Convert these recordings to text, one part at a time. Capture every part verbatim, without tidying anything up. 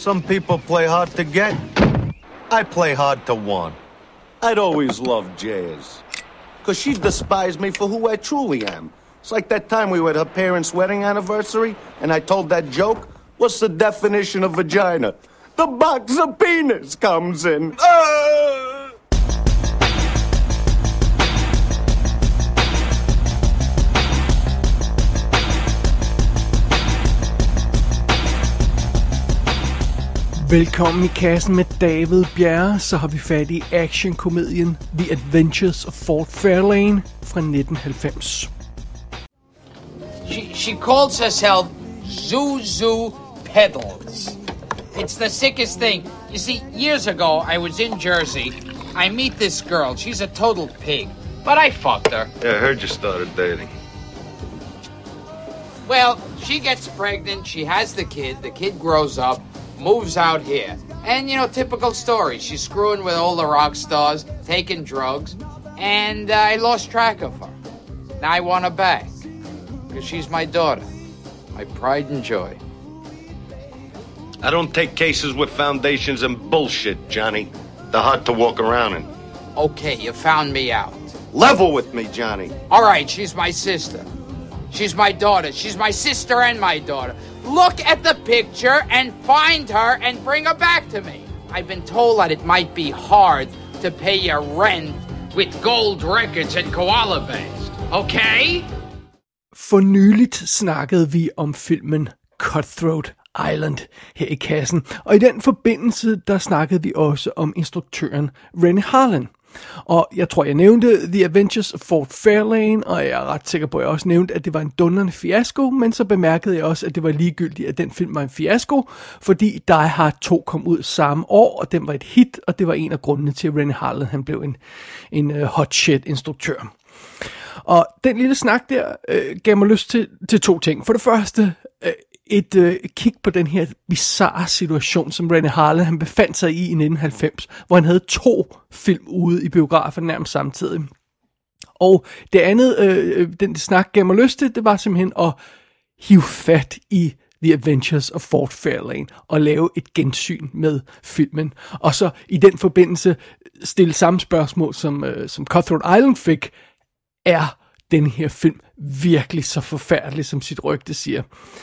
Some people play hard to get. I play hard to want. I'd always loved Jazz. Because she despised me for who I truly am. It's like that time we were at her parents' wedding anniversary, and I told that joke. What's the definition of vagina? The box of penis comes in. Uh! Velkommen i kassen med David Bjerre, så har vi fat i actionkomedien The Adventures of Ford Fairlane fra nitten halvfems. She, she calls herself Zuzu Pedals. It's the sickest thing. You see, years ago, I was in Jersey. I meet this girl. She's a total pig. But I fucked her. Yeah, I heard you started dating. Well, she gets pregnant. She has the kid. The kid grows up. Moves out here. And, you know, typical story. She's screwing with all the rock stars, taking drugs, and uh, I lost track of her. Now I want her back. Because she's my daughter. My pride and joy. I don't take cases with foundations and bullshit, Johnny. They're hard to walk around in. Okay, you found me out. Level with me, Johnny. All right, she's my sister. She's my daughter. She's my sister and my daughter. Look at the picture and find her and bring her back to me. I've been told that it might be hard to pay your rent with gold records and koala bears. Okay? For nyligt snakkede vi om filmen Cutthroat Island her i kassen, og i den forbindelse, der snakkede vi også om instruktøren Renny Harlin. Og jeg tror, jeg nævnte The Adventures of Ford Fairlane, og jeg er ret sikker på, at jeg også nævnte, at det var en dundrende fiasko, men så bemærkede jeg også, at det var ligegyldigt, at den film var en fiasko, fordi Die Hard to kom ud samme år, og den var et hit, og det var en af grundene til, at Renny Harlin han blev en, en uh, hot shit instruktør. Og den lille snak der øh, gav mig lyst til, til to ting. For det første, øh, et øh, kig på den her bizarre situation, som Renny Harlin han befandt sig i i nitten halvfems, hvor han havde to film ude i biografen nærmest samtidig. Og det andet, øh, den snak gav mig lyst til, det var simpelthen at hive fat i The Adventures of Ford Fairlane og lave et gensyn med filmen. Og så i den forbindelse stille samme spørgsmål, som, øh, som Cutthroat Island fik. Er den her film virkelig så forfærdelig, som sit rygte siger?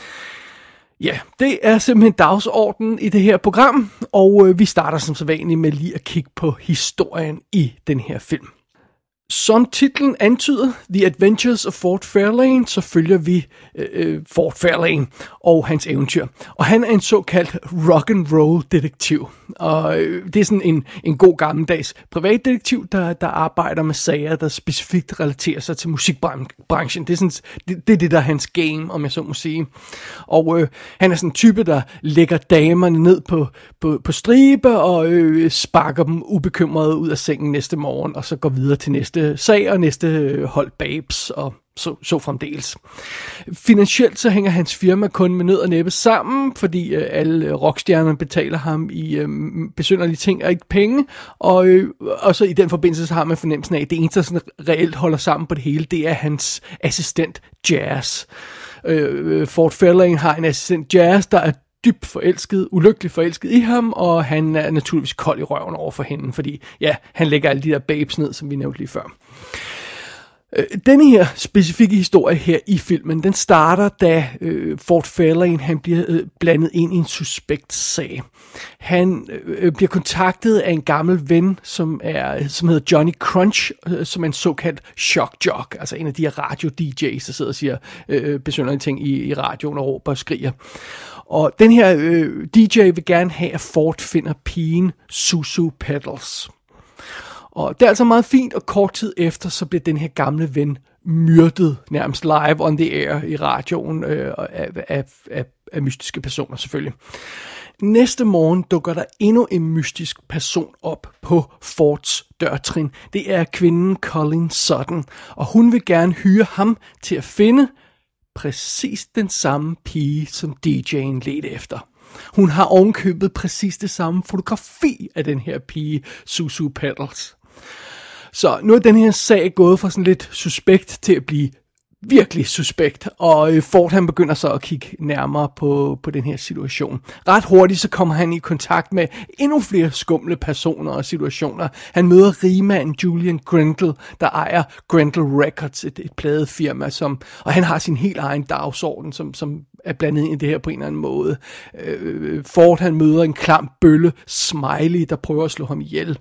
Ja, det er simpelthen dagsordenen i det her program, og øh, vi starter som sædvanligt med lige at kigge på historien i den her film. Som titlen antyder, The Adventures of Ford Fairlane, så følger vi øh, Ford Fairlane og hans eventyr. Og han er en såkaldt rock and roll detektiv. Og øh, det er sådan en, en god gammeldags privatdetektiv, der, der arbejder med sager, der specifikt relaterer sig til musikbranchen. Det er, sådan, det, det er det, der er hans game, om jeg så må sige. Og øh, han er sådan en type, der lægger damerne ned på, på, på stribe og øh, sparker dem ubekymret ud af sengen næste morgen, og så går videre til næste sag og næste hold babes og så, så fremdeles. Finansielt så hænger hans firma kun med nød og næppe sammen, fordi øh, alle rockstjernerne betaler ham i øh, besynderlige ting og ikke penge, og, øh, og så i den forbindelse så har man fornemmelsen af, at det eneste, der sådan reelt holder sammen på det hele, det er hans assistent Jazz. Øh, Ford Fairlane har en assistent Jazz, der er dybt forelsket, ulykkeligt forelsket i ham, og han er naturligvis kold i røven over for hende, fordi ja, han lægger alle de der babes ned, som vi nævnte lige før. Denne her specifikke historie her i filmen, den starter, da øh, Ford Fairlane han bliver øh, blandet ind i en suspekt sag. Han øh, bliver kontaktet af en gammel ven, som er som hedder Johnny Crunch, øh, som er en såkaldt shock jock, altså en af de her radio-D J's, der sidder og siger øh, besynderlige ting i, i radioen og råber og skriger. Og den her øh, D J vil gerne have, at Ford finder pigen Zuzu Pedals. Og det er altså meget fint, og kort tid efter, så bliver den her gamle ven myrdet, nærmest live on the air i radioen, øh, af, af, af, af mystiske personer selvfølgelig. Næste morgen dukker der endnu en mystisk person op på Fords dørtrin. Det er kvinden Colleen Sutton, og hun vil gerne hyre ham til at finde præcis den samme pige, som D J'en ledte efter. Hun har ovenkøbet præcis det samme fotografi af den her pige, Zuzu Pedals. Så nu er den her sag gået fra sådan lidt suspekt til at blive virkelig suspekt, og Ford han begynder så at kigge nærmere på, på den her situation. Ret hurtigt så kommer han i kontakt med endnu flere skumle personer og situationer. Han møder rigmanden Julian Grendel, der ejer Grendel Records, et, et pladefirma, som, og han har sin helt egen dagsorden, som, som er blandet ind i det her på en eller anden måde. Øh, Ford han møder en klam bølle, Smiley, der prøver at slå ham ihjel.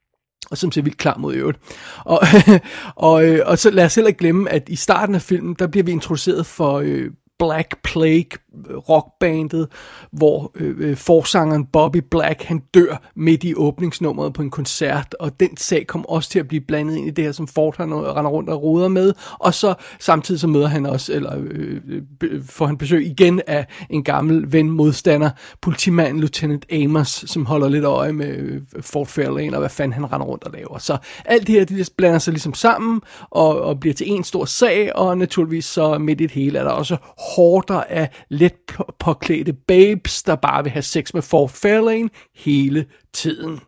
Og som ser vildt klar mod øvrigt. Og, og, og så lad os heller ikke glemme, at i starten af filmen, der bliver vi introduceret for øh, Black Plague rockbandet, hvor øh, forsangeren Bobby Black, han dør midt i åbningsnummeret på en koncert, og den sag kom også til at blive blandet ind i det her, som Ford han render rundt og roder med, og så samtidig så møder han også, eller øh, får han besøg igen af en gammel ven modstander, politimanden Lieutenant Amos, som holder lidt øje med Ford Fairlane, og hvad fanden han render rundt og laver. Så alt det her, det blander sig ligesom sammen, og, og bliver til en stor sag, og naturligvis så midt i det hele er der også horder af let påklædte babes, der bare vil have sex med Ford Fairlane hele tiden.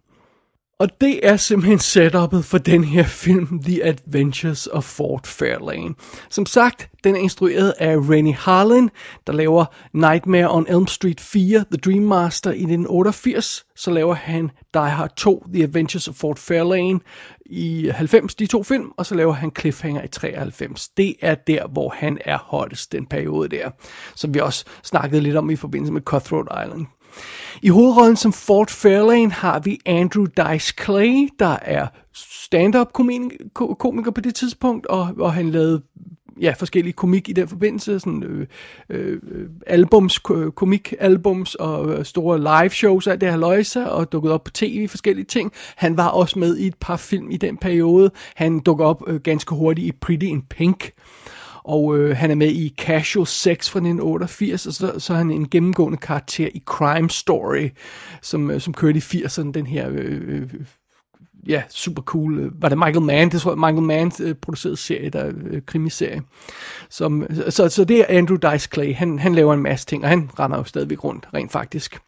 Og det er simpelthen setupet for den her film, The Adventures of Ford Fairlane. Som sagt, den er instrueret af Renny Harlin, der laver Nightmare on Elm Street fire, The Dream Master i nitten otteogfirs. Så laver han Die Hard to, The Adventures of Ford Fairlane i halvfems, de to film, og så laver han Cliffhanger i treoghalvfems. Det er der, hvor han er hottest, den periode der, som vi også snakkede lidt om i forbindelse med Cutthroat Island. I hovedrollen som Ford Fairlane har vi Andrew Dice Clay, der er stand-up komiker på det tidspunkt, og, og han lavede ja, forskellige komik i den forbindelse, sådan øh, øh, albums, komik-albums og store live-shows af det her løjse, og dukket op på tv, forskellige ting. Han var også med i et par film i den periode. Han dukkede op øh, ganske hurtigt i Pretty in Pink, og øh, han er med i Casual Sex fra nitten otteogfirs, og så, så er han en gennemgående karakter i Crime Story, som, øh, som kørte i firserne, den her øh, øh, ja, super cool, var det Michael Mann, det tror jeg, Michael Mann øh, producerede serie, der øh, krimiserie. Som, så, så det er Andrew Dice Clay, han, han laver en masse ting, og han render jo stadigvæk rundt, rent faktisk.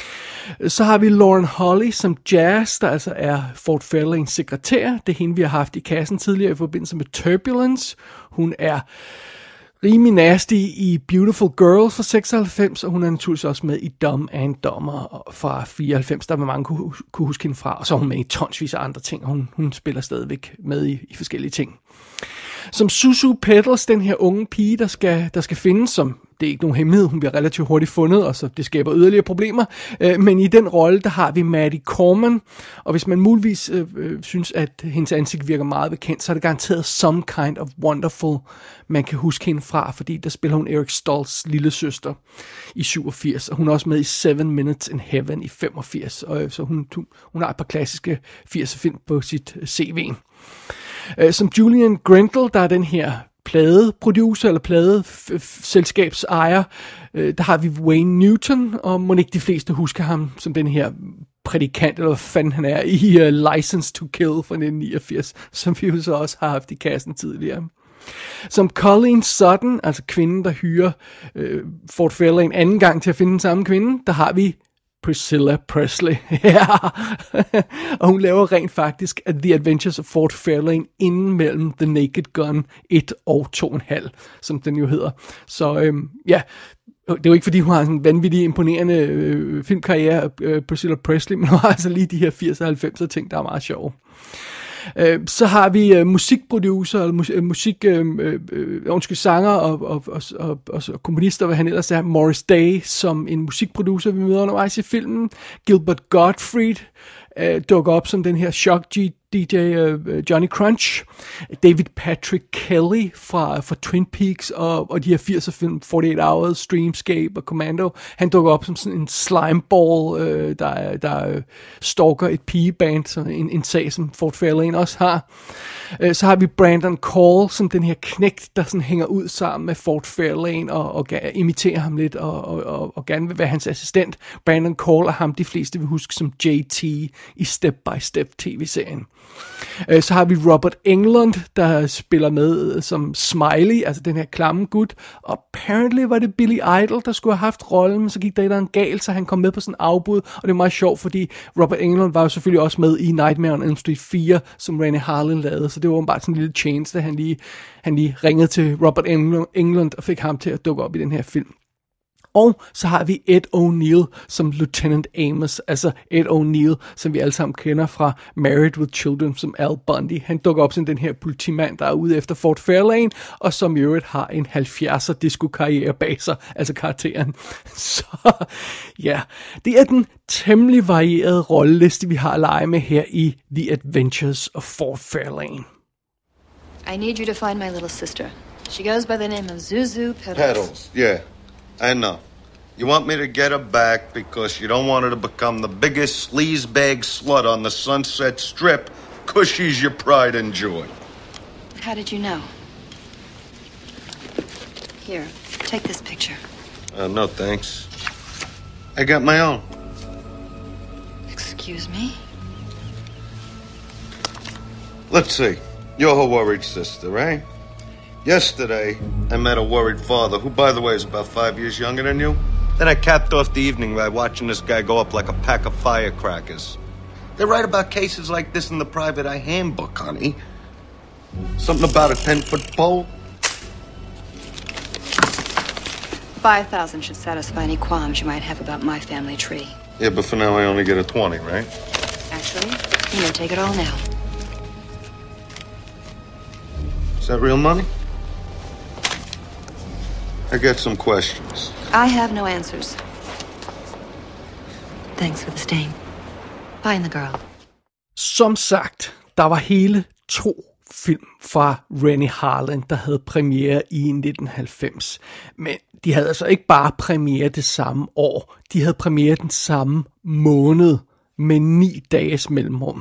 Så har vi Lauren Holly som Jazz, der altså er Ford Fairlanes sekretær. Det er hende, vi har haft i kassen tidligere i forbindelse med Turbulence. Hun er rimelig nasty i Beautiful Girl fra seksoghalvfems, og hun er naturligvis også med i Dumb and Dumber fra fireoghalvfems, der var mange kunne, kunne huske hende fra. Og så er hun med i tonsvis af andre ting, og hun, hun spiller stadigvæk med i, i forskellige ting. Som Susu Petals, den her unge pige, der skal, der skal findes, som det er ikke nogen hemmelighed, hun bliver relativt hurtigt fundet, og så det skaber yderligere problemer. Øh, men i den rolle, der har vi Maddie Corman, og hvis man muligvis øh, øh, synes, at hendes ansigt virker meget bekendt, så er det garanteret Some Kind of Wonderful, man kan huske hende fra, fordi der spiller hun Eric Stoltz lille søster i syvogfirs, og hun er også med i Seven Minutes in Heaven i femogfirs, og øh, så hun, hun har et par klassiske firser film på sit C V. Øh, som Julian Grendel, der er den her pladeproducer eller pladeselskabsejer, øh, der har vi Wayne Newton, og må ikke de fleste husker ham som den her prædikant, eller hvad fanden han er, i uh, License to Kill fra nitten niogfirs, som vi jo så også har haft i kassen tidligere. Som Colleen Sutton, altså kvinden, der hyrer øh, Ford Fairlane anden gang til at finde den samme kvinde, der har vi Priscilla Presley. Ja. Og hun laver rent faktisk The Adventures of Ford Fairlane inden mellem The Naked Gun et og to og en halv, som den jo hedder. Så øhm, ja, det er jo ikke fordi hun har en vanvittig imponerende øh, filmkarriere, øh, Priscilla Presley, men hun har altså lige de her firs og halvfems ting, der er meget sjove. Så har vi uh, musikproducer, eller mus- musik, uh, uh, undskyld, sanger og, og, og, og, og, og komponister, hvad han ellers er, Morris Day, som en musikproducer, vi møder undervejs i filmen. Gilbert Gottfried uh, dukker op som den her shock D J uh, Johnny Crunch. David Patrick Kelly fra, fra Twin Peaks og, og de her firser film, forty-eight hours, Streamscape og Commando. Han dukker op som sådan en slimeball, uh, der, der uh, stalker et pigeband, så en, en sag, som Ford Fairlane også har. Uh, så har vi Brandon Call som den her knægt, der sådan hænger ud sammen med Ford Fairlane og, og imiterer ham lidt og, og, og, og gerne vil være hans assistent. Brandon Call er ham, de fleste vil huske som J T i Step by Step tv-serien. Så har vi Robert Englund, der spiller med som Smiley, altså den her klamme gut. Og apparently var det Billy Idol, der skulle have haft rollen, men så gik der et eller andet galt, så han kom med på sådan en afbud. Og det er meget sjovt, fordi Robert Englund var jo selvfølgelig også med i Nightmare on Elm Street fire, som Rennie Harlin lavede. Så det var bare sådan en lille chance, da han lige, han lige ringede til Robert Englund og fik ham til at dukke op i den her film. Og så har vi Ed O'Neill som Lieutenant Amos, altså Ed O'Neill, som vi alle sammen kender fra Married with Children som Al Bundy. Han dukker op som den her politimand, der er ude efter Fort Fairlane, og som i øvrigt har en halvfjerdser disco-karriere bag sig, altså karakteren. Så ja, det er den temmelig varierede rolleliste, vi har at lege med her i The Adventures of Fort Fairlane. I need you to find my little sister. She goes by the name of Zuzu Petals. Petals, yeah. I know. You want me to get her back because you don't want her to become the biggest sleazebag slut on the Sunset Strip because she's your pride and joy. How did you know? Here, take this picture. Uh, no, thanks. I got my own. Excuse me? Let's see. You're her worried sister, right? Yesterday, I met a worried father, who, by the way, is about five years younger than you. Then I capped off the evening by watching this guy go up like a pack of firecrackers. They write about cases like this in the Private Eye Handbook, honey. Something about a ten-foot pole. Five thousand should satisfy any qualms you might have about my family tree. Yeah, but for now I only get a twenty, right? Actually, you may take it all now. Is that real money? I got some questions. I have no answers. Thanks for the stain. Find the girl. Som sagt, der var hele to film fra Rennie Harlin, der havde premiere i nitten halvfems. Men de havde altså ikke bare premiere det samme år. De havde premiere den samme måned med ni dages mellemrum.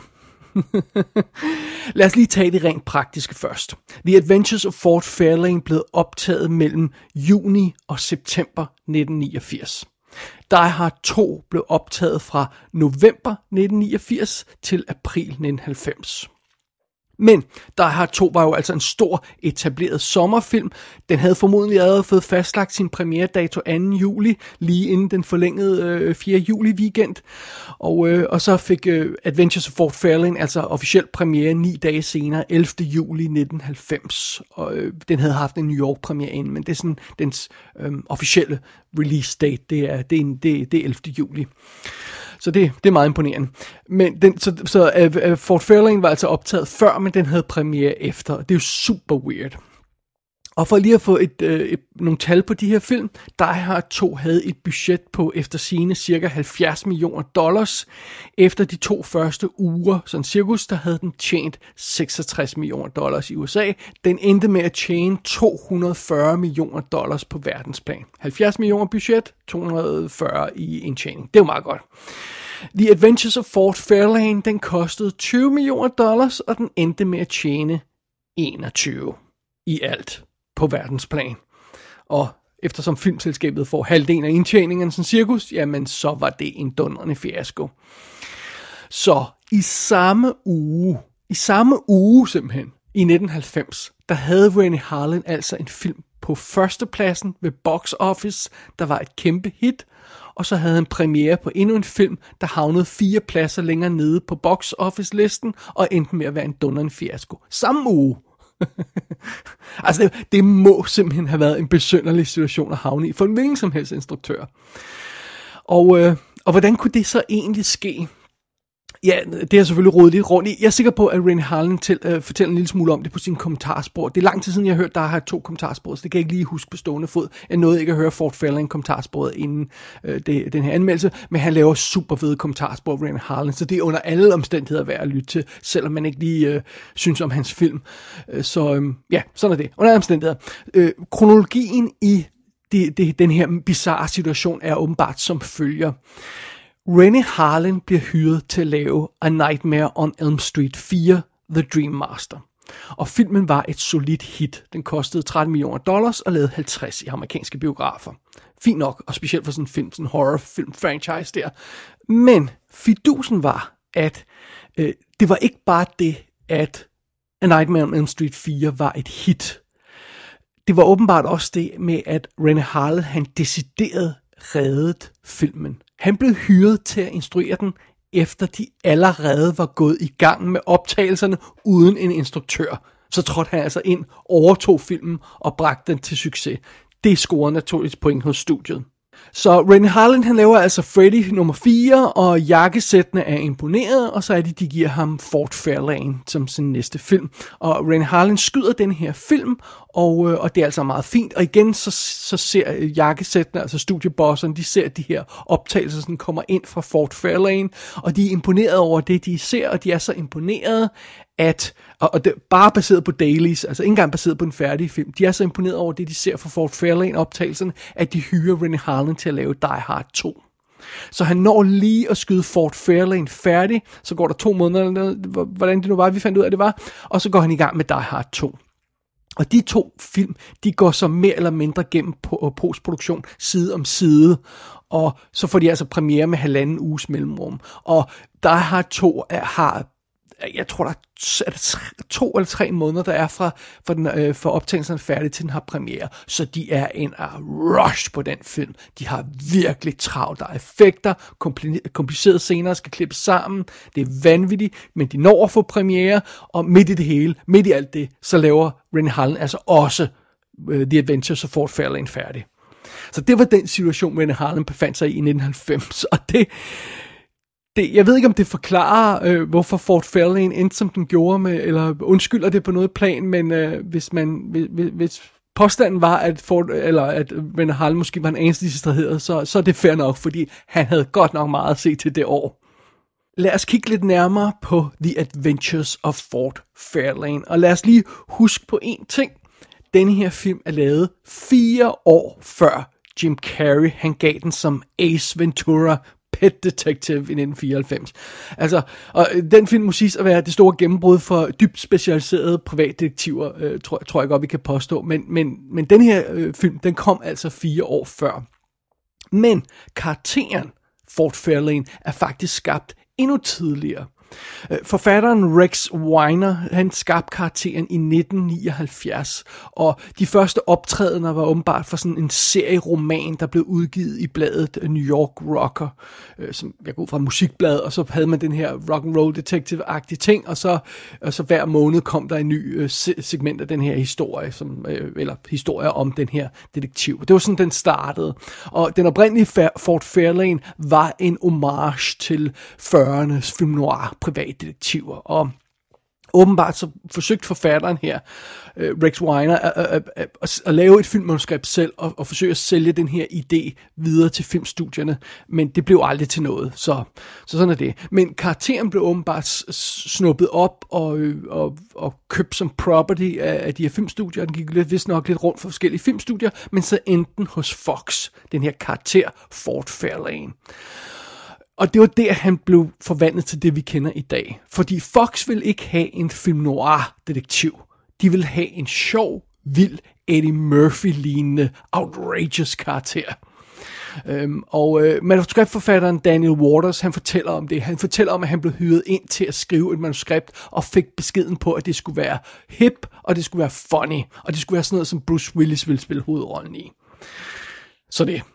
Lad os lige tage det rent praktiske først. The Adventures of Fort Fairlane blev optaget mellem juni og september nitten niogfirs. Die Hard to blev optaget fra november nitten niogfirs til april nitten halvfems. Men Die Hard to var jo altså en stor etableret sommerfilm. Den havde formodentlig allerede fået fastlagt sin premieredato anden juli, lige inden den forlængede øh, fjerde juli weekend. Og, øh, og så fik øh, Adventures of Fort Fairlane altså officielt premiere ni dage senere, ellevte juli nitten halvfems. Og øh, den havde haft en New York premiere inden, men det er sådan dens øh, officielle release date, det er, det er, det, det er ellevte juli. Så det, det er meget imponerende. Men den, så, så uh, Fort Fairlane var altså optaget før, men den havde premiere efter. Det er jo super weird. Og for lige at få et, øh, et, nogle tal på de her film, Die Hard to havde et budget på efter sigende cirka halvfjerds millioner dollars. Efter de to første uger, sådan cirkus, der havde den tjent seksogtres millioner dollars i U S A. Den endte med at tjene to hundrede og fyrre millioner dollars på verdensplan. halvfjerds millioner budget, to hundrede og fyrre i indtjening. Det er jo meget godt. The Adventures of Fort Fairlane, den kostede tyve millioner dollars, og den endte med at tjene enogtyve i alt på verdensplan. Og eftersom filmselskabet får halvdelen af indtjeningen som cirkus, jamen så var det en dundrende fiasko. Så i samme uge, i samme uge simpelthen, i nitten halvfems, der havde Rennie Harlin altså en film på førstepladsen ved box office, der var et kæmpe hit, og så havde han premiere på endnu en film, der havnede fire pladser længere nede på box office listen, og endte med at være en dundrende fiasko. Samme uge. Altså det, det må simpelthen have været en besynderlig situation at havne i for en hvilken som helst instruktør. Og, øh, og hvordan kunne det så egentlig ske? Ja, det er selvfølgelig rodet lidt rundt i. Jeg er sikker på, at Rennie Harlin til, øh, fortæller en lille smule om det på sin kommentarspor. Det er lang tid siden, jeg har hørt, der har to kommentarspor, så det kan jeg ikke lige huske på stående fod. Jeg nåede ikke at høre Fort Fairlane kommentarsporet inden øh, det, den her anmeldelse, men han laver super fede kommentarspor, Rennie Harlin, så det er under alle omstændigheder værd at lytte til, selvom man ikke lige øh, synes om hans film. Øh, så øh, ja, sådan er det. Under alle omstændigheder. Øh, kronologien i det, det, den her bizarre situation er åbenbart som følger. Rennie Harlin bliver hyret til at lave A Nightmare on Elm Street fire, The Dream Master. Og filmen var et solidt hit. Den kostede tretten millioner dollars og lavede halvtreds i amerikanske biografer. Fint nok, og specielt for sådan en film, sådan en horrorfilm franchise der. Men fidusen var, at øh, det var ikke bare det, at A Nightmare on Elm Street fire var et hit. Det var åbenbart også det med, at Renny Harlin, han decideret reddede filmen. Han blev hyret til at instruere den, efter de allerede var gået i gang med optagelserne uden en instruktør. Så trådte han altså ind, overtog filmen og bragte den til succes. Det scorede naturligvis point hos studiet. Så Renny Harlin, han laver altså Freddy nummer fire, og jakkesættene er imponeret, og så er det, de giver ham Fort Fairlane som sin næste film. Og Renny Harlin skyder den her film, og, og det er altså meget fint. Og igen, så, så ser jakkesættene, altså studiebosserne, de ser de her optagelser, som kommer ind fra Fort Fairlane, og de er imponeret over det, de ser, og de er så imponeret, at, og, og det bare baseret på dailies, altså ikke engang baseret på en færdig film, de er så imponeret over det, de ser fra Fort Fairlane-optagelserne, at de hyrer Renny Harlin til at lave Die Hard to. Så han når lige at skyde Fort Fairlane færdig, så går der to måneder, eller noget, hvordan det nu var, vi fandt ud af, det var, og så går han i gang med Die Hard to. Og de to film, de går så mere eller mindre gennem på postproduktion side om side, og så får de altså premiere med halvanden uges mellemrum. Og Die Hard to er, har, jeg tror der er, er det to eller tre måneder, der er fra, fra, den, øh, fra optagelsen færdig til den har premiere. Så de er en rush på den film. De har virkelig travlt. Der er effekter, komplicerede scener skal klippes sammen. Det er vanvittigt, men de når at få premiere, og midt i det hele, midt i alt det, så laver Renny Harlin altså også uh, The Adventures of Fort Fairlane færdig. Så det var den situation, Renny Harlin befandt sig i i nitten halvfems, og det... Det, jeg ved ikke, om det forklarer, øh, hvorfor Fort Fairlane endte, som den gjorde, med, eller undskylder det på noget plan, men øh, hvis man hvis, hvis påstanden var, at, Fort, eller at Renny Harlin måske var en anelse distraheret, så, så er det fair nok, fordi han havde godt nok meget at se til det år. Lad os kigge lidt nærmere på The Adventures of Fort Fairlane, og lad os lige huske på én ting. Denne her film er lavet fire år før Jim Carrey, han gav den som Ace Ventura, Pet Detective i nitten fireoghalvfems. Altså, og den film må siges at være det store gennembrud for dybt specialiserede privatdetektiver, øh, tror, tror jeg godt, vi kan påstå. Men, men, men den her øh, film, den kom altså fire år før. Men karakteren Fort Fairlane er faktisk skabt endnu tidligere. Forfatteren Rex Weiner, han skabte karakteren i nitten nioghalvfjerds, og de første optrædener var åbenbart for sådan en serieroman, der blev udgivet i bladet New York Rocker, som jeg går ud fra musikblad, og så havde man den her rock and roll detective-agtige ting, og så, og så hver måned kom der en ny segment af den her historie, som, eller historie om den her detektiv. Det var sådan, den startede, og den oprindelige Fort Fairlane var en homage til fyrreernes film noir privatdetektiver, og åbenbart så forsøgte forfatteren her, uh, Rex Weiner, at, at, at, at, at lave et filmmanuskript selv, og, og forsøge at sælge den her idé videre til filmstudierne, men det blev aldrig til noget, så, så sådan er det. Men karakteren blev åbenbart snuppet op og, og, og købt som property af, af de her filmstudier, den gik lidt, vist nok lidt rundt for forskellige filmstudier, men så endte den hos Fox, den her karakter Fort Fairlane. Og det var der, han blev forvandlet til det, vi kender i dag. Fordi Fox vil ikke have en film noir-detektiv. De vil have en sjov, vild, Eddie Murphy-lignende, outrageous karakter. Øhm, og øh, manuskriptforfatteren Daniel Waters, han fortæller om det. Han fortæller om, at han blev hyret ind til at skrive et manuskript, og fik beskeden på, at det skulle være hip, og det skulle være funny, og det skulle være sådan noget, som Bruce Willis ville spille hovedrollen i. Så det.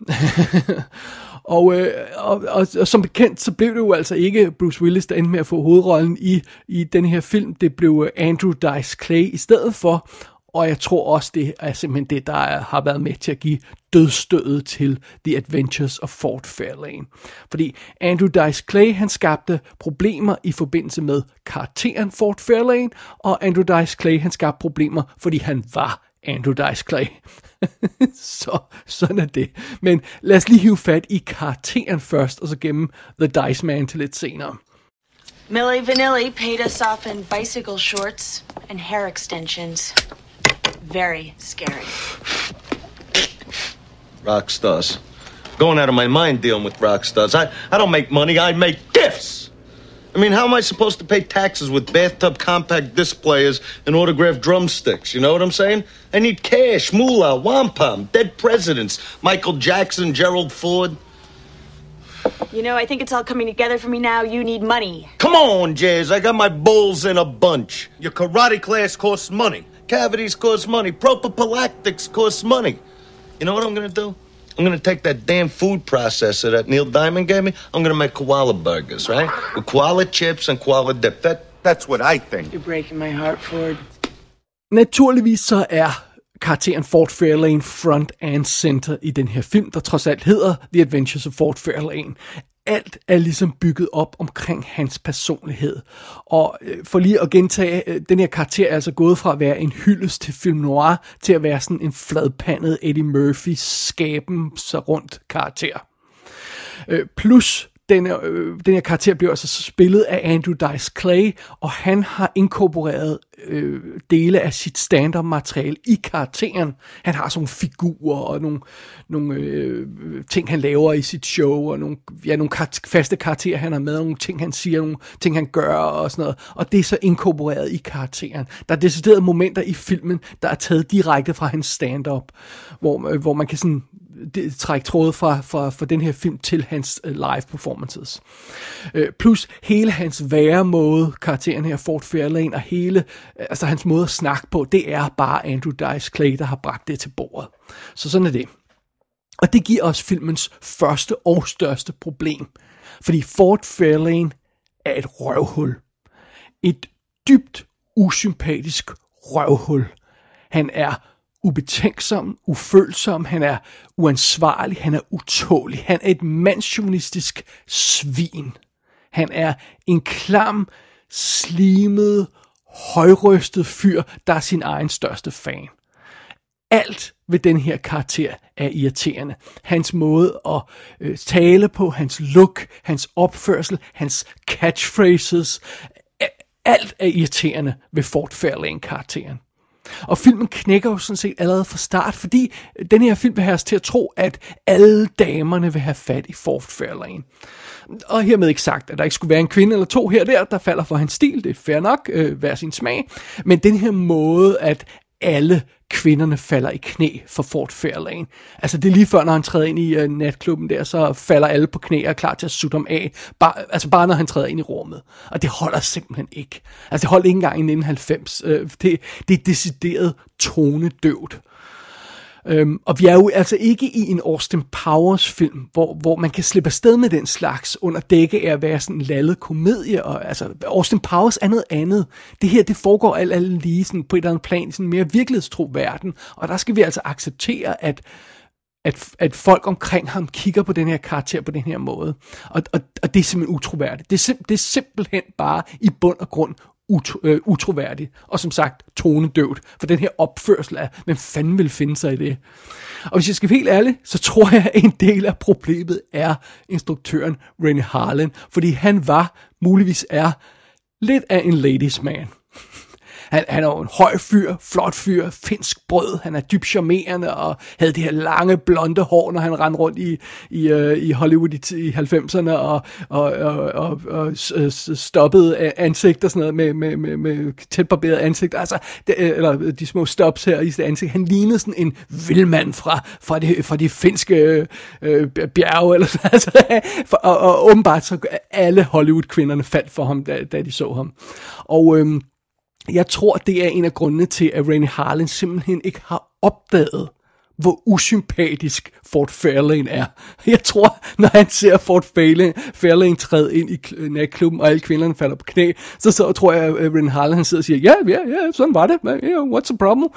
og, øh, og, og, og som bekendt, så blev det jo altså ikke Bruce Willis, der endte med at få hovedrollen i, i den her film. Det blev Andrew Dice Clay i stedet for. Og jeg tror også, det er simpelthen det, der er, har været med til at give dødsstødet til The Adventures of Fort Fairlane. Fordi Andrew Dice Clay, han skabte problemer i forbindelse med karakteren Fort Fairlane, og Andrew Dice Clay, han skabte problemer, fordi han var Andrew Dice Clay. Så sådan er det. Men lad os lige hive fat i karakteren først, og så gemme The Dice Man til lidt senere. Milli Vanilli paid us off in bicycle shorts and hair extensions. Very scary. Rock stars. Going out of my mind dealing with rock stars. I, I don't make money, I make gifts. I mean, how am I supposed to pay taxes with bathtub compact disc players and autographed drumsticks? You know what I'm saying? I need cash, moolah, wampum, dead presidents, Michael Jackson, Gerald Ford. You know, I think it's all coming together for me now. You need money. Come on, Jazz. I got my bulls in a bunch. Your karate class costs money. Cavities cost money. Propaphylactics costs money. You know what I'm gonna do? I'm gonna take that damn food processor that Neil Diamond gave me. I'm gonna make koala burgers, right? With koala chips and koala dip. That, that's what I think. You're breaking my heart, Ford. Naturligvis så er karakteren Ford Fairlane front and center i den her film, der trods alt hedder The Adventures of Ford Fairlane. Alt er ligesom bygget op omkring hans personlighed. Og for lige at gentage, den her karakter er altså gået fra at være en hyldest til film noir, til at være sådan en fladpandet Eddie Murphy skaben sig rundt karakter. Plus Den, øh, den her karakter bliver altså spillet af Andrew Dice Clay, og han har inkorporeret øh, dele af sit stand-up materiale i karakteren. Han har sådan nogle figurer og nogle, nogle øh, ting, han laver i sit show, og nogle, ja, nogle kar- faste karakterer, han har med, nogle ting, han siger, nogle ting, han gør og sådan noget. Og det er så inkorporeret i karakteren. Der er deciderede momenter i filmen, der er taget direkte fra hans stand-up, hvor, hvor man kan sådan trække tråde fra, fra, fra den her film til hans uh, live performances. Uh, plus hele hans væremåde, karakteren her, Ford Fairlane, og hele, altså hans måde at snakke på, det er bare Andrew Dice Clay, der har bragt det til bordet. Så sådan er det. Og det giver os filmens første og største problem. Fordi Ford Fairlane er et røvhul. Et dybt usympatisk røvhul. Han er ubetænksom, ufølsom, han er uansvarlig, han er utålig, han er et mandsjuvenistisk svin. Han er en klam, slimet, højrøstet fyr, der er sin egen største fan. Alt ved den her karakter er irriterende. Hans måde at øh, tale på, hans look, hans opførsel, hans catchphrases, alt er irriterende ved Ford Fairlane-karakteren. Og filmen knækker jo sådan set allerede fra start, fordi den her film vil have os til at tro, at alle damerne vil have fat i Ford Fairlane. Og hermed ikke sagt, at der ikke skulle være en kvinde eller to her og der, der falder for hans stil. Det er fair nok, øh, hver sin smag. Men den her måde, at alle kvinderne falder i knæ for Ford Fairlane. Altså det er lige før, når han træder ind i uh, natklubben der, så falder alle på knæ og er klar til at sutte ham af. Bare, altså bare når han træder ind i rummet. Og det holder simpelthen ikke. Altså det holdt ikke engang i nitten halvfems. Uh, det, det er decideret tonedøvt. Um, og vi er jo altså ikke i en Austin Powers film, hvor, hvor man kan slippe afsted med den slags under dække af at være sådan en lallet komedie. Og, altså, Austin Powers er noget andet. Det her, det foregår alt, alt lige sådan, på et eller andet plan, sådan mere virkelighedstro verden. Og der skal vi altså acceptere, at, at, at folk omkring ham kigger på den her karakter på den her måde. Og, og, og det er simpelthen utroværdigt. Det er, sim, det er simpelthen bare i bund og grund Ut- øh, utroværdigt, og som sagt tonedøvt, for den her opførsel af, hvem fanden vil finde sig i det. Og hvis jeg skal være helt ærlig, så tror jeg, at en del af problemet er instruktøren Renny Harlin, fordi han var, muligvis er, lidt af en ladies man. Han, han er jo en høj fyr, flot fyr, finsk brød, han er dybt charmerende og havde det her lange blonde hår, når han rendte rundt i, i, uh, i Hollywood i, i halvfemserne og, og, og, og, og stoppede ansigt og sådan noget med, med, med, med tætbarberet ansigt, altså, det, eller de små stops her i sit ansigt. Han lignede sådan en vildmand fra, fra, det, fra de finske øh, bjerge, eller sådan, altså, for, og, og åbenbart så alle Hollywood-kvinderne faldt for ham, da, da de så ham. Og øhm, jeg tror, det er en af grundene til, at Renny Harlin simpelthen ikke har opdaget, hvor usympatisk Ford Fairlane er. Jeg tror, når han ser Ford Fairlane, Fairlane træde ind i natklubben, og alle kvinderne falder på knæ, så, så tror jeg, at Renny Harlin han sidder og siger, ja, ja, ja, sådan var det. Yeah, what's the problem?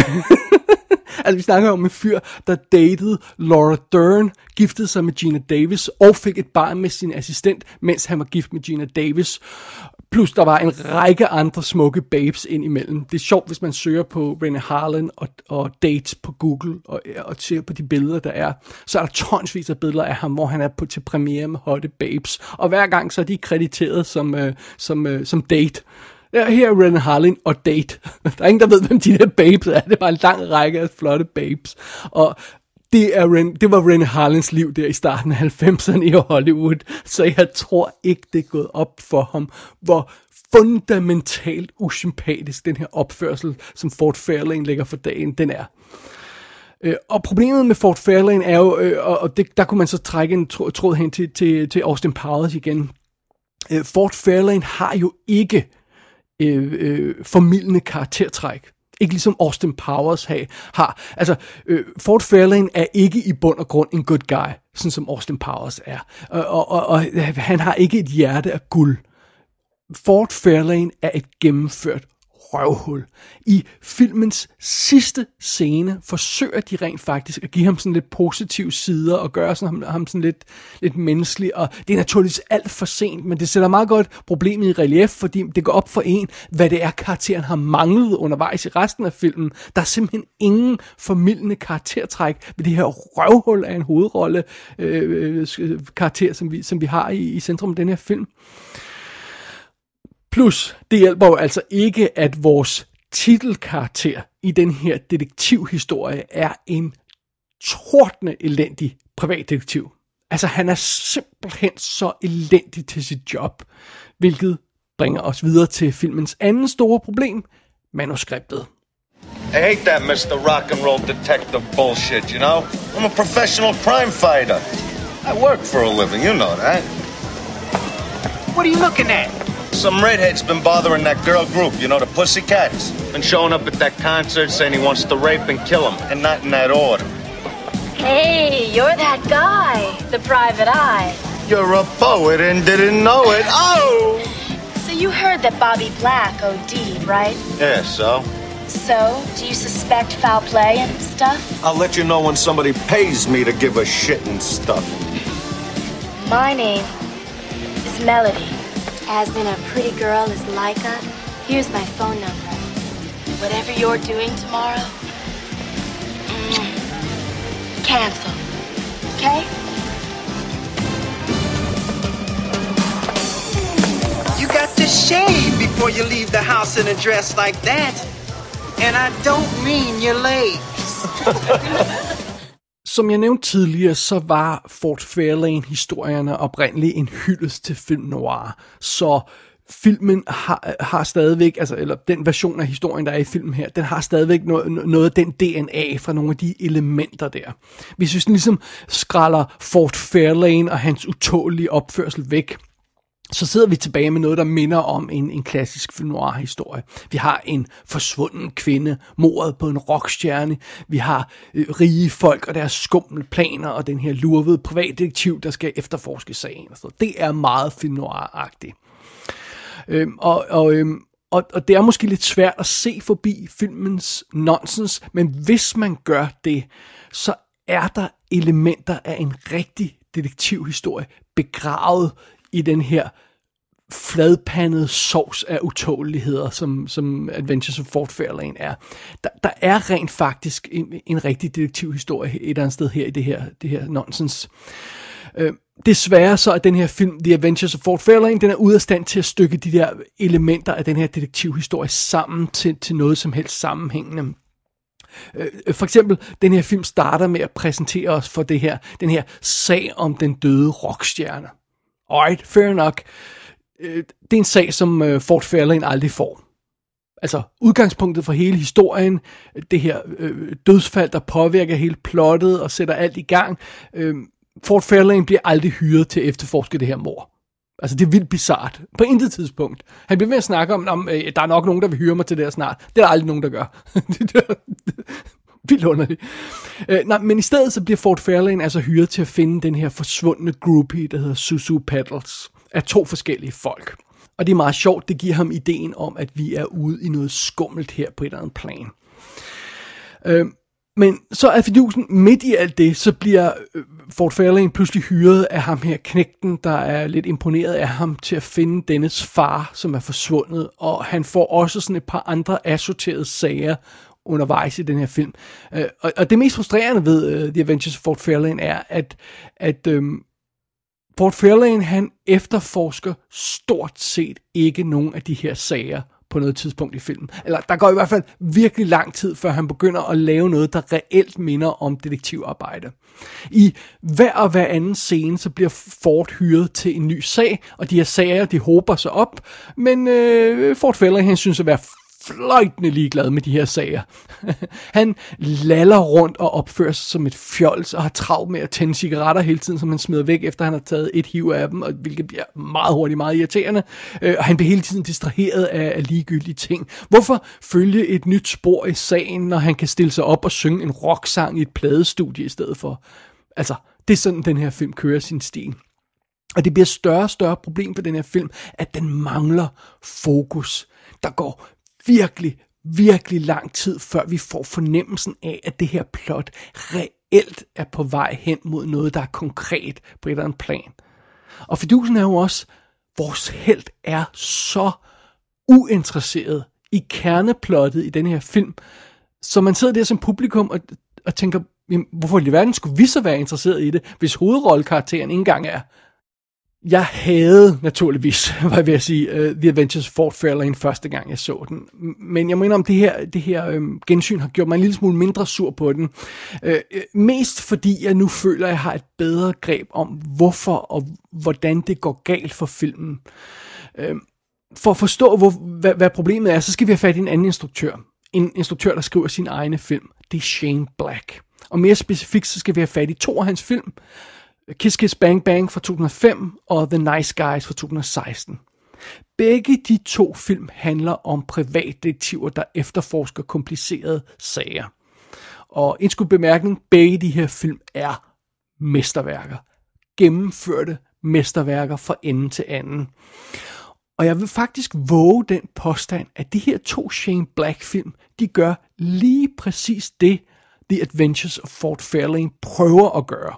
Altså, vi snakker om en fyr, der datede Laura Dern, giftede sig med Gina Davis, og fik et barn med sin assistent, mens han var gift med Gina Davis. Plus der var en række andre smukke babes ind imellem. Det er sjovt, hvis man søger på Renny Harlin og, og dates på Google, og, og ser på de billeder, der er. Så er der tonsvis af billeder af ham, hvor han er på til premiere med hotte babes. Og hver gang så er de krediteret som, uh, som, uh, som date. Ja, her er Renny Harlin og date. Der er ingen, der ved, hvem de der babes er. Det er bare en lang række af flotte babes. Og det, er Ren, det var Renny Harlins liv der i starten af halvfemserne i Hollywood. Så jeg tror ikke, det er gået op for ham, hvor fundamentalt usympatisk den her opførsel, som Ford Fairlane lægger for dagen, den er. Øh, og problemet med Ford Fairlane er jo, øh, og det, der kunne man så trække en tråd, tråd hen til, til, til Austin Powers igen. Øh, Ford Fairlane har jo ikke øh, øh, formildende karaktertræk. Ikke ligesom Austin Powers har. Altså, øh, Ford Fairlane er ikke i bund og grund en good guy, sådan som Austin Powers er. Og, og, og, og han har ikke et hjerte af guld. Ford Fairlane er et gennemført røvhul. I filmens sidste scene forsøger de rent faktisk at give ham sådan lidt positive sider og gøre sådan, ham, ham sådan lidt, lidt menneskelig, og det er naturligvis alt for sent, men det sætter meget godt problemet i relief, fordi det går op for en, hvad det er, karakteren har manglet undervejs i resten af filmen. Der er simpelthen ingen formildende karaktertræk ved det her røvhul af en hovedrolle øh, karakter, som vi, som vi har i, i centrum af den her film. Plus, det hjælper jo altså ikke, at vores titelkarakter i den her detektivhistorie er en tordende elendig privatdetektiv. Altså, han er simpelthen så elendig til sit job, hvilket bringer os videre til filmens anden store problem, manuskriptet. I hate that mister Rock and Roll Detective bullshit, you know? I'm a professional crime fighter. I work for a living, you know that. What are you looking at? Some redhead's been bothering that girl group, you know, the Pussycats. Been showing up at that concert saying he wants to rape and kill him, and not in that order. Hey, you're that guy, the private eye. You're a poet and didn't know it. Oh! So you heard that Bobby Black OD'd, right? Yeah, so? So, do you suspect foul play and stuff? I'll let you know when somebody pays me to give a shit and stuff. My name is Melody. As in a pretty girl is Laika. Here's my phone number. Whatever you're doing tomorrow, mm, cancel, okay? You got to shave before you leave the house in a dress like that. And I don't mean your legs. Som jeg nævnte tidligere, så var Ford Fairlane-historierne oprindeligt en hyldest til film noir. Så filmen har, har stadigvæk, altså, eller den version af historien, der er i filmen her, den har stadigvæk noget, noget af den D N A fra nogle af de elementer der. Hvis vi sådan ligesom skræller Ford Fairlane og hans utålige opførsel væk, så sidder vi tilbage med noget, der minder om en, en klassisk film noir-historie. Vi har en forsvunden kvinde, mordet på en rockstjerne. Vi har øh, rige folk og deres skumle planer, og den her lurvede privatdetektiv, der skal efterforske sagen. Og så. Det er meget film noir-agtigt. Øhm, og, og, øhm, og, og det er måske lidt svært at se forbi filmens nonsens, men hvis man gør det, så er der elementer af en rigtig detektivhistorie begravet i den her fladpandede sovs af utåligheder, som, som Adventures of Ford Fairlane er. Der, der er rent faktisk en, en rigtig detektivhistorie et eller andet sted her i det her, det her nonsens. Øh, desværre så er den her film, The Adventures of Ford Fairlane, den er ude af stand til at stykke de der elementer af den her detektivhistorie sammen til, til noget som helst sammenhængende. For eksempel, den her film starter med at præsentere os for det her, den her sag om den døde rockstjerne. Alright, fair nok. Det er en sag, som Ford Fairlane aldrig får. Altså, udgangspunktet for hele historien, det her øh, dødsfald, der påvirker hele plottet og sætter alt i gang. Øh, Ford Fairlane bliver aldrig hyret til at efterforske det her mord. Altså, det er vildt bizart. På intet tidspunkt. Han bliver ved at snakke om, om øh, der er nok nogen, der vil hyre mig til det her snart. Det er der aldrig nogen, der gør. Det er vildt underligt. Øh, nej, men i stedet så bliver Ford Fairlane altså hyret til at finde den her forsvundne groupie, der hedder Susu Pedals, af to forskellige folk. Og det er meget sjovt, det giver ham ideen om, at vi er ude i noget skummelt her på et eller andet plan. Øh, men så er fidusen midt i alt det, så bliver Ford Fairlane pludselig hyret af ham her knægten, der er lidt imponeret af ham til at finde dennes far, som er forsvundet. Og han får også sådan et par andre assorterede sager undervejs i den her film. Øh, og, og det mest frustrerende ved uh, The Adventures of Ford Fairlane er, at, at um, Ford Fairlane, han efterforsker stort set ikke nogen af de her sager på noget tidspunkt i filmen. Eller der går i hvert fald virkelig lang tid, før han begynder at lave noget, der reelt minder om detektivarbejde. I hver og hver anden scene, så bliver Ford hyret til en ny sag, og de her sager, de hober sig op, men øh, Ford Fairlane, han synes at være fløjtende ligeglad med de her sager. Han laller rundt og opfører sig som et fjols og har travlt med at tænde cigaretter hele tiden, som han smider væk, efter han har taget et hiv af dem, og hvilket bliver meget hurtigt meget irriterende. Øh, og han bliver hele tiden distraheret af, af ligegyldige ting. Hvorfor følge et nyt spor i sagen, når han kan stille sig op og synge en rocksang i et pladestudie i stedet for? Altså, det er sådan, den her film kører sin stil. Og det bliver større og større problem for den her film, at den mangler fokus. Der går virkelig, virkelig lang tid, før vi får fornemmelsen af, at det her plot reelt er på vej hen mod noget, der er konkret på et eller andet plan. Og fidusen er jo også, vores helt er så uinteresseret i kerneplottet i den her film, så man sidder der som publikum og, og tænker, jamen, hvorfor i verden skulle vi så være interesseret i det, hvis hovedrollekarakteren ikke engang er? Jeg havde naturligvis, hvad vil jeg sige, uh, The Adventures of Ford Fairlane første gang jeg så den. Men jeg mener om det her, det her øhm, gensyn har gjort mig en lille smule mindre sur på den. Uh, mest fordi jeg nu føler, at jeg har et bedre greb om, hvorfor og hvordan det går galt for filmen. Uh, for at forstå, hvor, hvad, hvad problemet er, så skal vi have fat i en anden instruktør. En instruktør, der skriver sin egne film. Det er Shane Black. Og mere specifikt, så skal vi have fat i to af hans film. Kiss Kiss Bang Bang fra to tusind og fem og The Nice Guys fra to tusind og seksten. Begge de to film handler om privatdetektiver, der efterforsker komplicerede sager. Og indskudt bemærkning, begge de her film er mesterværker. Gennemførte mesterværker fra ende til anden. Og jeg vil faktisk våge den påstand, at de her to Shane Black film, de gør lige præcis det, The Adventures of Ford Fairlane prøver at gøre.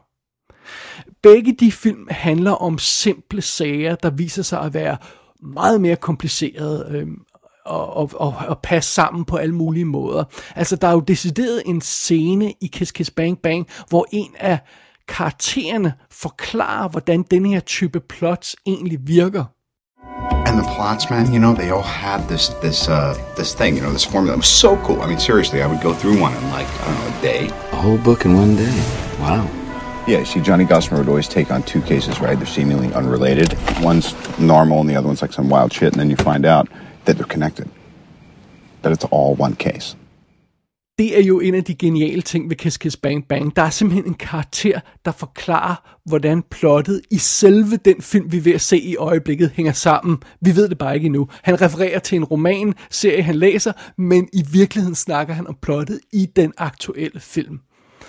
Begge de film handler om simple sager, der viser sig at være meget mere komplicerede øh, og, og, og, og passe sammen på alle mulige måder. Altså, der er jo decideret en scene i Kiss Kiss Bang Bang, hvor en af karaktererne forklarer, hvordan den her type plots egentlig virker. And the plots, man, you know, they all had this this uh this thing, you know, this formula. It was so cool. I mean, seriously, I would go through one in like, I don't know, a day. A whole book in one day. Wow. Yeah, see, Johnny Gossamer would always take on two cases, right? They're seemingly unrelated. One's normal and the other one's like some wild shit, and then you find out that they're connected. That it's all one case. Det er jo en af de geniale ting ved Kiss Kiss Bang Bang. Der er simpelthen en karakter, der forklarer, hvordan plottet i selve den film, vi er ved at se i øjeblikket, hænger sammen. Vi ved det bare ikke endnu. Han refererer til en roman, serie han læser, men i virkeligheden snakker han om plottet i den aktuelle film.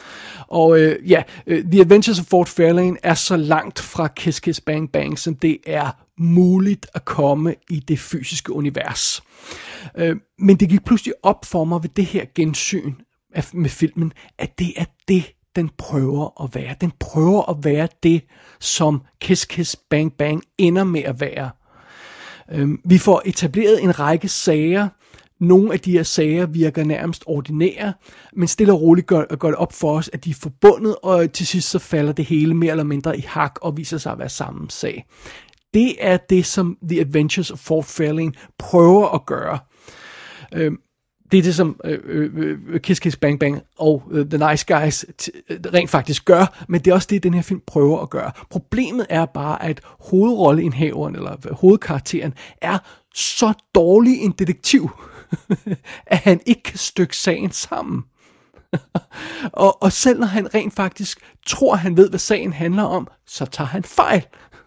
Og øh, ja, øh, The Adventures of Ford Fairlane er så langt fra Kiss Kiss Bang Bang, som det er muligt at komme i det fysiske univers. Øh, men det gik pludselig op for mig ved det her gensyn af, med filmen, at det er det, den prøver at være. Den prøver at være det, som Kiss Kiss Bang Bang ender med at være. Øh, vi får etableret en række sager. Nogle af de her sager virker nærmest ordinære, men stille og roligt gør, gør det op for os, at de er forbundet, og til sidst så falder det hele mere eller mindre i hak og viser sig at være samme sag. Det er det, som The Adventures of Ford Fairlane prøver at gøre. Øh, det er det, som øh, øh, Kiss Kiss Bang Bang og øh, The Nice Guys t- rent faktisk gør, men det er også det, den her film prøver at gøre. Problemet er bare, at hovedrolleindhaveren, eller hovedkarakteren, er så dårlig en detektiv, at han ikke kan stykke sagen sammen. og, og selv når han rent faktisk tror, han ved, hvad sagen handler om, så tager han fejl.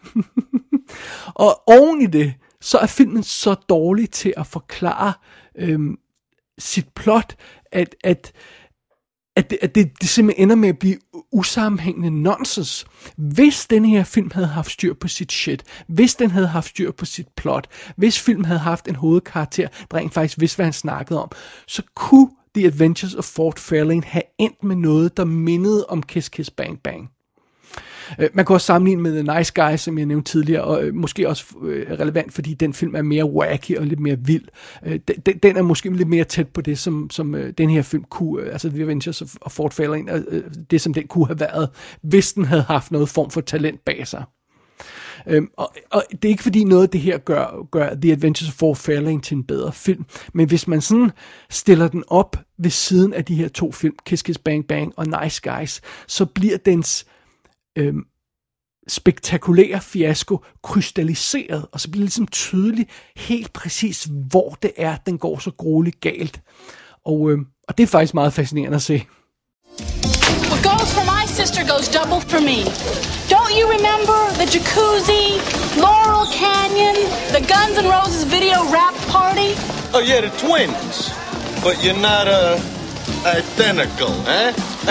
Og oven i det, så er filmen så dårlig til at forklare øhm, sit plot, at, at, at, det, at det, det simpelthen ender med at blive usammenhængende nonsens. Hvis den her film havde haft styr på sit shit, hvis den havde haft styr på sit plot, hvis filmen havde haft en hovedkarakter, der rent faktisk vidste, hvad han snakkede om, så kunne The Adventures of Ford Fairlane have endt med noget, der mindede om Kiss Kiss Bang Bang. Man kan også sammenligne med The Nice Guys, som jeg nævnte tidligere, og måske også relevant, fordi den film er mere wacky og lidt mere vild. Den, den er måske lidt mere tæt på det, som, som den her film kunne, altså The Adventures of Ford Fairlane, det som den kunne have været, hvis den havde haft noget form for talent bag sig. Og, og det er ikke fordi noget af det her gør, gør The Adventures of Ford Fairlane til en bedre film, men hvis man sådan stiller den op ved siden af de her to film, Kiss Kiss Bang Bang og Nice Guys, så bliver dens Øhm, spektakulære fiasko krystalliseret, og så bliver det ligesom tydeligt helt præcis, hvor det er, den går så grueligt galt. Og, øh, og det er faktisk meget fascinerende at se. What goes for my sister goes double for me. Don't you remember the jacuzzi, Laurel Canyon, the Guns N' Roses video rap party? Oh yeah, the twins. But you're not, uh, identical, eh?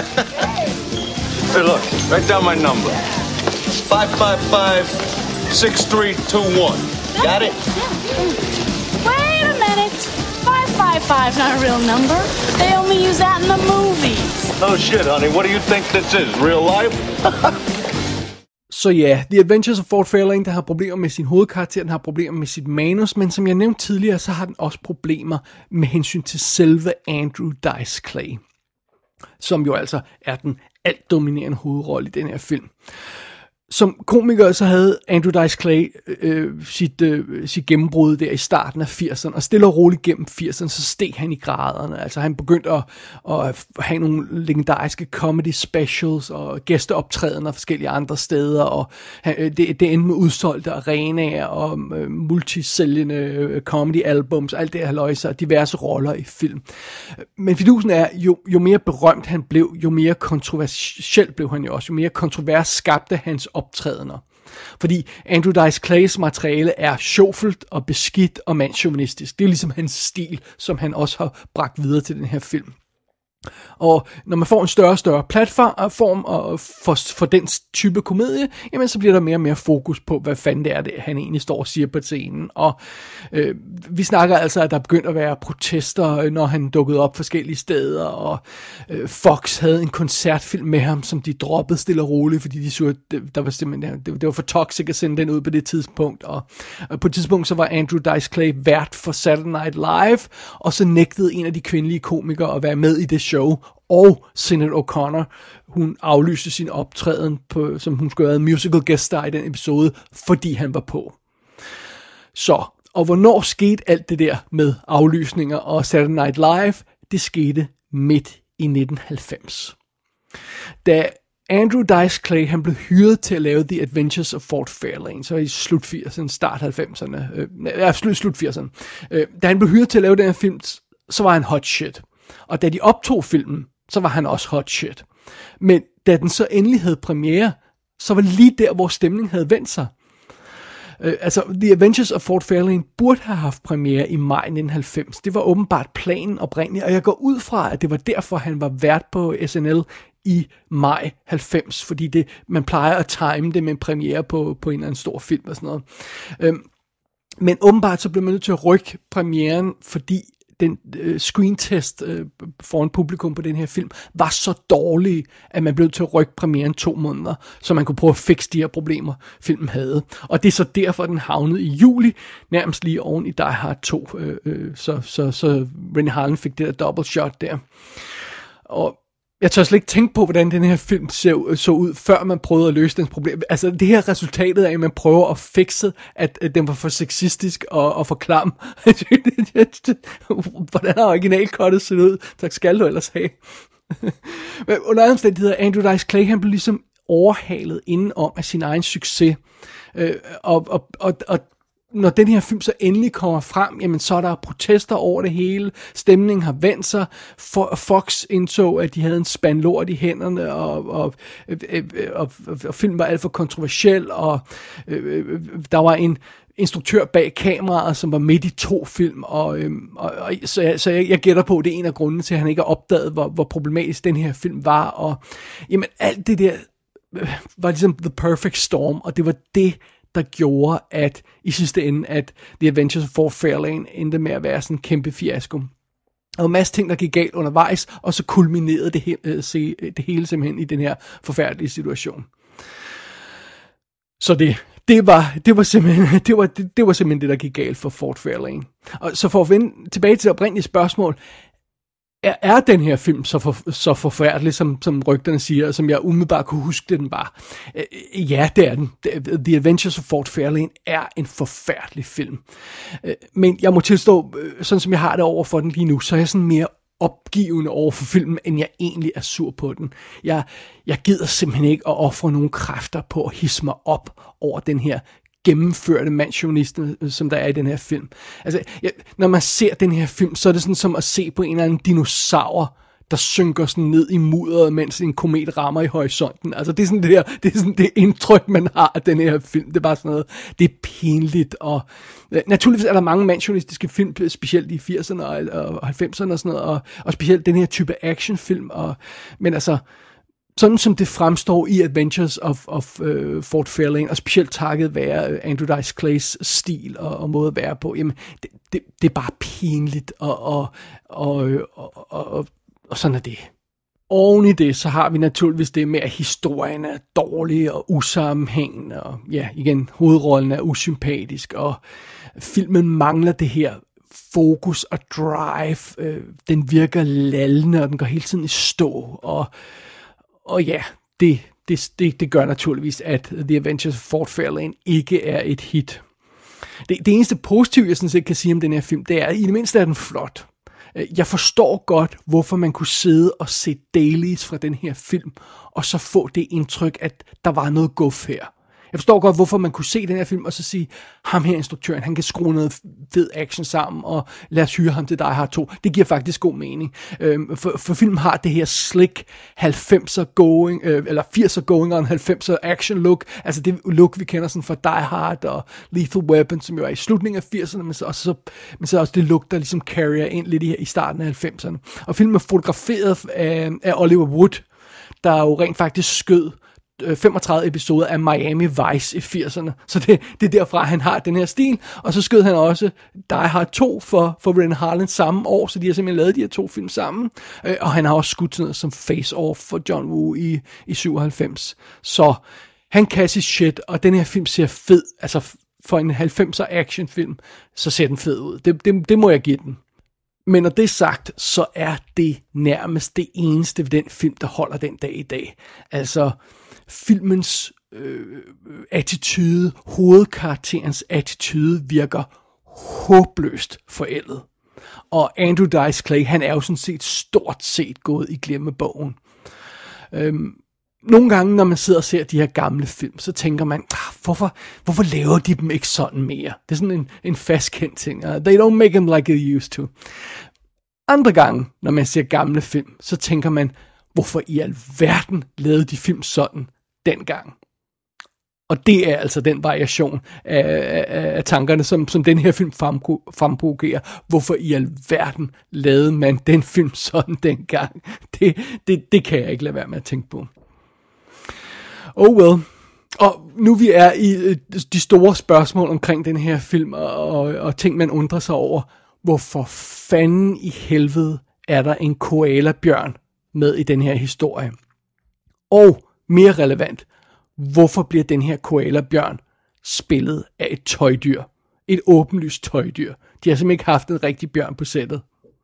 Hey, look, write down my number. five five five, six three two one. Got it? Wait a minute. five five five not a real number. They only use that in the movies. Oh shit, honey. What do you think this is? Real life? Så ja, The Adventures of Ford Fairlane, der har problemer med sin hovedkarakter, den har problemer med sit manus, men som jeg nævnte tidligere, så har den også problemer med hensyn til selve Andrew Dice Clay, som jo altså er den alt dominerende hovedrolle i den her film. Som komiker så havde Andrew Dice Clay øh, sit, øh, sit gennembrud der i starten af firserne, og stille og roligt gennem firserne, så steg han i graderne. Altså han begyndte at, at have nogle legendariske comedy specials og gæsteoptrædener forskellige andre steder, og han, det, det endte med udsolgte arenaer og øh, multisælgende øh, comedy albums, alt det her løjser og diverse roller i film. Men fidusen er, jo, jo mere berømt han blev, jo mere kontroversiel blev han jo også, jo mere kontrovers skabte hans optrædener. Fordi Andrew Dice Clays materiale er sjovfuldt og beskidt og mandsjuvenistisk. Det er ligesom hans stil, som han også har bragt videre til den her film. Og når man får en større og større platform og for, for den type komedie, jamen så bliver der mere og mere fokus på, hvad fanden det er, det, han egentlig står og siger på scenen. Og øh, vi snakker altså, at der begyndte at være protester, når han dukkede op forskellige steder, og øh, Fox havde en koncertfilm med ham, som de droppede stille og roligt, fordi de så, det, der var simpelthen, det, det var for toxic at sende den ud på det tidspunkt. Og, og på et tidspunkt så var Andrew Dice Clay vært for Saturday Night Live, og så nægtede en af de kvindelige komikere at være med i det show, og Sinéad O'Connor, hun aflyste sin optræden, på, som hun skulle have musical guest star i den episode, fordi han var på. Så, og hvornår skete alt det der med aflysninger og Saturday Night Live? Det skete midt i nitten halvfems. Da Andrew Dice Clay, han blev hyret til at lave The Adventures of Ford Fairlane, så i slut firserne, start halvfemserne, øh, ja, slut, slut firserne. Øh, da han blev hyret til at lave den her film, så var han hot shit. Og da de optog filmen, så var han også hot shit. Men da den så endelig havde premiere, så var det lige der, hvor stemningen havde vendt sig. Uh, altså, The Adventures of Ford Fairlane burde have haft premiere i maj nitten halvfems. Det var åbenbart planen oprindeligt, og jeg går ud fra, at det var derfor, han var vært på S N L i maj halvfems, fordi det, man plejer at time det med en premiere på, på en eller anden stor film og sådan noget. Uh, men åbenbart så blev man nødt til at rykke premieren, fordi den øh, screentest øh, foran publikum på den her film var så dårlig, at man blev til at rykke premieren to måneder, så man kunne prøve at fikse de her problemer, filmen havde. Og det er så derfor, den havnede i juli, nærmest lige oven i Die Hard to, øh, øh, så, så, så Renny Harlin fik det der double shot der. Og jeg tør slet ikke tænke på, hvordan den her film så, så ud, før man prøvede at løse dens problem. Altså, det her resultatet af, at man prøver at fikse, at, at den var for sexistisk og, og for klam. Hvordan har originalkortet set ud? Tak skal du ellers have. Men under andre omstændigheder, Andrew Dice Clay, han blev ligesom overhalet indenom af sin egen succes. Øh, og, og, og, og når den her film så endelig kommer frem, jamen så er der protester over det hele, stemningen har vendt sig, For, Fox indså, at de havde en spand lort i hænderne, og, og, og, og, og filmen var alt for kontroversiel, og øh, der var en instruktør bag kameraet, som var midt i to film, og, øhm, og, og så, jeg, så jeg, jeg gætter på, at det er en af grundene til, at han ikke har opdaget, hvor, hvor problematisk den her film var, og jamen alt det der øh, var ligesom the perfect storm, og det var det, der gjorde, at i sidste ende, at The Adventures of Ford Fairlane endte med at være sådan en kæmpe fiasko. Der var en masse ting, der gik galt undervejs, og så kulminerede det, he- det hele simpelthen i den her forfærdelige situation. Så det, det, var, det, var simpelthen, det, var, det, det var simpelthen det, der gik galt for Ford Fairlane. Og så for at vende tilbage til det oprindelige spørgsmål, Er, er den her film så, for, så forfærdelig, som, som rygterne siger, og som jeg umiddelbart kunne huske, det den var? Øh, ja, det er den. The Adventures of Ford Fairlane er en forfærdelig film. Øh, men jeg må tilstå, sådan som jeg har det over for den lige nu, så er jeg sådan mere opgivende over for filmen, end jeg egentlig er sur på den. Jeg, jeg gider simpelthen ikke at ofre nogle kræfter på at hisse mig op over den her gennemførte mandsjournalist, som der er i den her film. Altså, jeg, når man ser den her film, så er det sådan som at se på en eller anden dinosaur, der synker sådan ned i mudderet, mens en komet rammer i horisonten. Altså, det er sådan det der, det er sådan det indtryk, man har af den her film. Det er bare sådan noget, det er pinligt, og øh, naturligvis er der mange mandsjournalistiske film, specielt i firserne og, og halvfemserne og sådan noget, og, og specielt den her type actionfilm, og, men altså, sådan som det fremstår i Adventures of, of uh, Fort Fairlane, og specielt takket være Andrew Dice Clays stil og, og måde at være på, jamen, det, det, det er bare pinligt, og, og, og, og, og, og, og sådan er det. Oven i det, så har vi naturligvis det med, at historien er dårlig og usammenhængende, og ja, igen, hovedrollen er usympatisk, og filmen mangler det her fokus og drive. Øh, den virker lallende, og den går hele tiden i stå, og Og ja, det, det, det, det gør naturligvis, at The Adventures of Fort Fairlane ikke er et hit. Det, det eneste positive, jeg sådan set kan sige om den her film, det er, at i det mindste er den flot. Jeg forstår godt, hvorfor man kunne sidde og se dailies fra den her film, og så få det indtryk, at der var noget guf her. Jeg forstår godt, hvorfor man kunne se den her film, og så sige, ham her instruktøren, han kan skrue noget fed action sammen, og lad os hyre ham til Die Hard to. Det giver faktisk god mening. Øhm, for, for filmen har det her slick halvfemser going, øh, eller firser going on halvfemser action look, altså det look, vi kender sådan fra Die Hard og Lethal Weapon, som jo er i slutningen af firserne, men så også, men så også det look, der ligesom carrier ind lidt i, i starten af halvfemserne. Og filmen er fotograferet af, af Oliver Wood, der jo rent faktisk skød femogtredive episoder af Miami Vice i firserne. Så det, det er derfra, han har den her stil. Og så skød han også Die Hard to for, for Rennie Harlin samme år, så de har simpelthen lavet de her to film sammen. Og han har også skudt sådan noget som Face Off for John Woo i, i syvoghalvfems. Så han kan sit shit, og den her film ser fed. Altså for en halvfemser actionfilm, så ser den fed ud. Det, det, det må jeg give den. Men når det er sagt, så er det nærmest det eneste ved den film, der holder den dag i dag. Altså filmens øh, attitude, hovedkarakterens attitude virker håbløst forældet. Og Andrew Dice Clay, han er jo sådan set stort set gået i glemmebogen. Øhm, nogle gange, når man sidder og ser de her gamle film, så tænker man, ah, hvorfor, hvorfor laver de dem ikke sådan mere? Det er sådan en, en fastkendt ting. Uh, they don't make them like they used to. Andre gange, når man ser gamle film, så tænker man, hvorfor i alverden lavede de film sådan dengang? Og det er altså den variation af, af, af tankerne, som, som den her film fremprovokerer. Hvorfor i alverden lavede man den film sådan dengang? Det, det, det kan jeg ikke lade være med at tænke på. Oh well. Og nu vi er i de store spørgsmål omkring den her film, og, og, og ting man undrer sig over. Hvorfor fanden i helvede er der en koala-bjørn med i den her historie? Og mere relevant, hvorfor bliver den her koala-bjørn spillet af et tøjdyr? Et åbenlyst tøjdyr. De har simpelthen ikke haft en rigtig bjørn på sættet.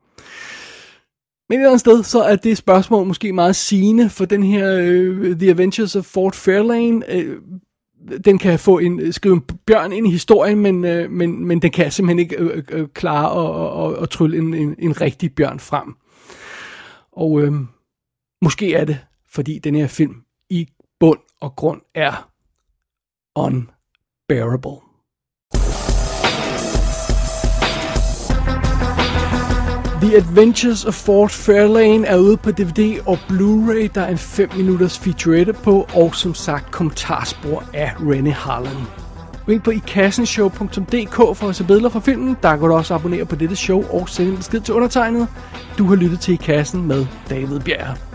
Men et eller andet sted, så er det spørgsmål måske meget sigende for den her uh, The Adventures of Fort Fairlane. Uh, den kan få en, skrive en bjørn ind i historien, men, uh, men, men den kan simpelthen ikke uh, uh, klare at, at, at trylle en, en, en rigtig bjørn frem. Og uh, måske er det, fordi den her film i bund og grund er unbearable. The Adventures of Fort Fairlane er ude på D V D og Blu-ray. Der er en fem minutters featurette på, og som sagt kommentarspor af Rennie Harlin. Gå ind på i kassen show punktum d k for at se billeder fra filmen. Der kan du også abonnere på dette show og sende en besked til undertegnet. Du har lyttet til I Kassen med David Bjerg.